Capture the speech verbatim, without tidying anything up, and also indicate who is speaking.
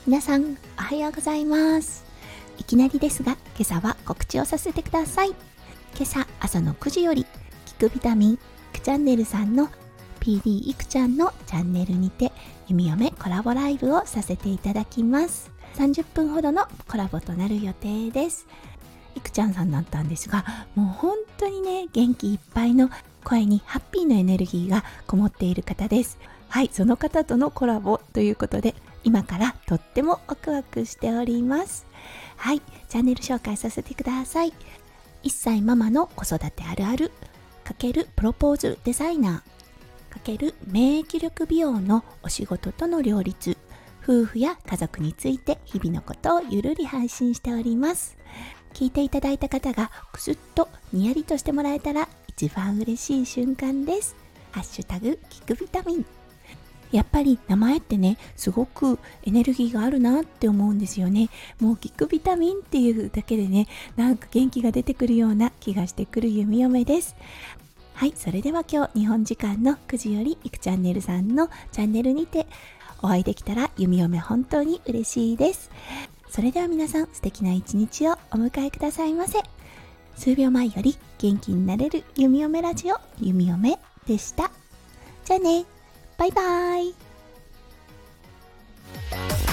Speaker 1: 皆さんおはようございます。いきなりですが今朝は告知をさせてください。今朝朝のくじより聞くビタミンいくチャンネルさんの ピーディー いくちゃんのチャンネルにて弓嫁コラボライブをさせていただきます。さんじゅっぷんほどのコラボとなる予定です。いくちゃんさんだったんですが、もう本当にね元気いっぱいの声にハッピーなエネルギーがこもっている方です。はい、その方とのコラボということで今からとってもワクワクしております。はい、チャンネル紹介させてください。いっさいママの子育てあるある×プロポーズデザイナー×免疫力美容のお仕事との両立、夫婦や家族について日々のことをゆるり配信しております。聞いていただいた方がくすっとにやりとしてもらえたら一番嬉しい瞬間です。ハッシュタグ聞くビタミン。やっぱり名前ってねすごくエネルギーがあるなって思うんですよね。もう聞くビタミンっていうだけでねなんか元気が出てくるような気がしてくる弓嫁です。はい、それでは今日日本時間のくじよりいくチャンネルさんのチャンネルにてお会いできたら弓嫁本当に嬉しいです。それでは皆さん素敵な一日をお迎えくださいませ。数秒前より元気になれる弓嫁ラジオ弓嫁でした。じゃあね、バイバイ。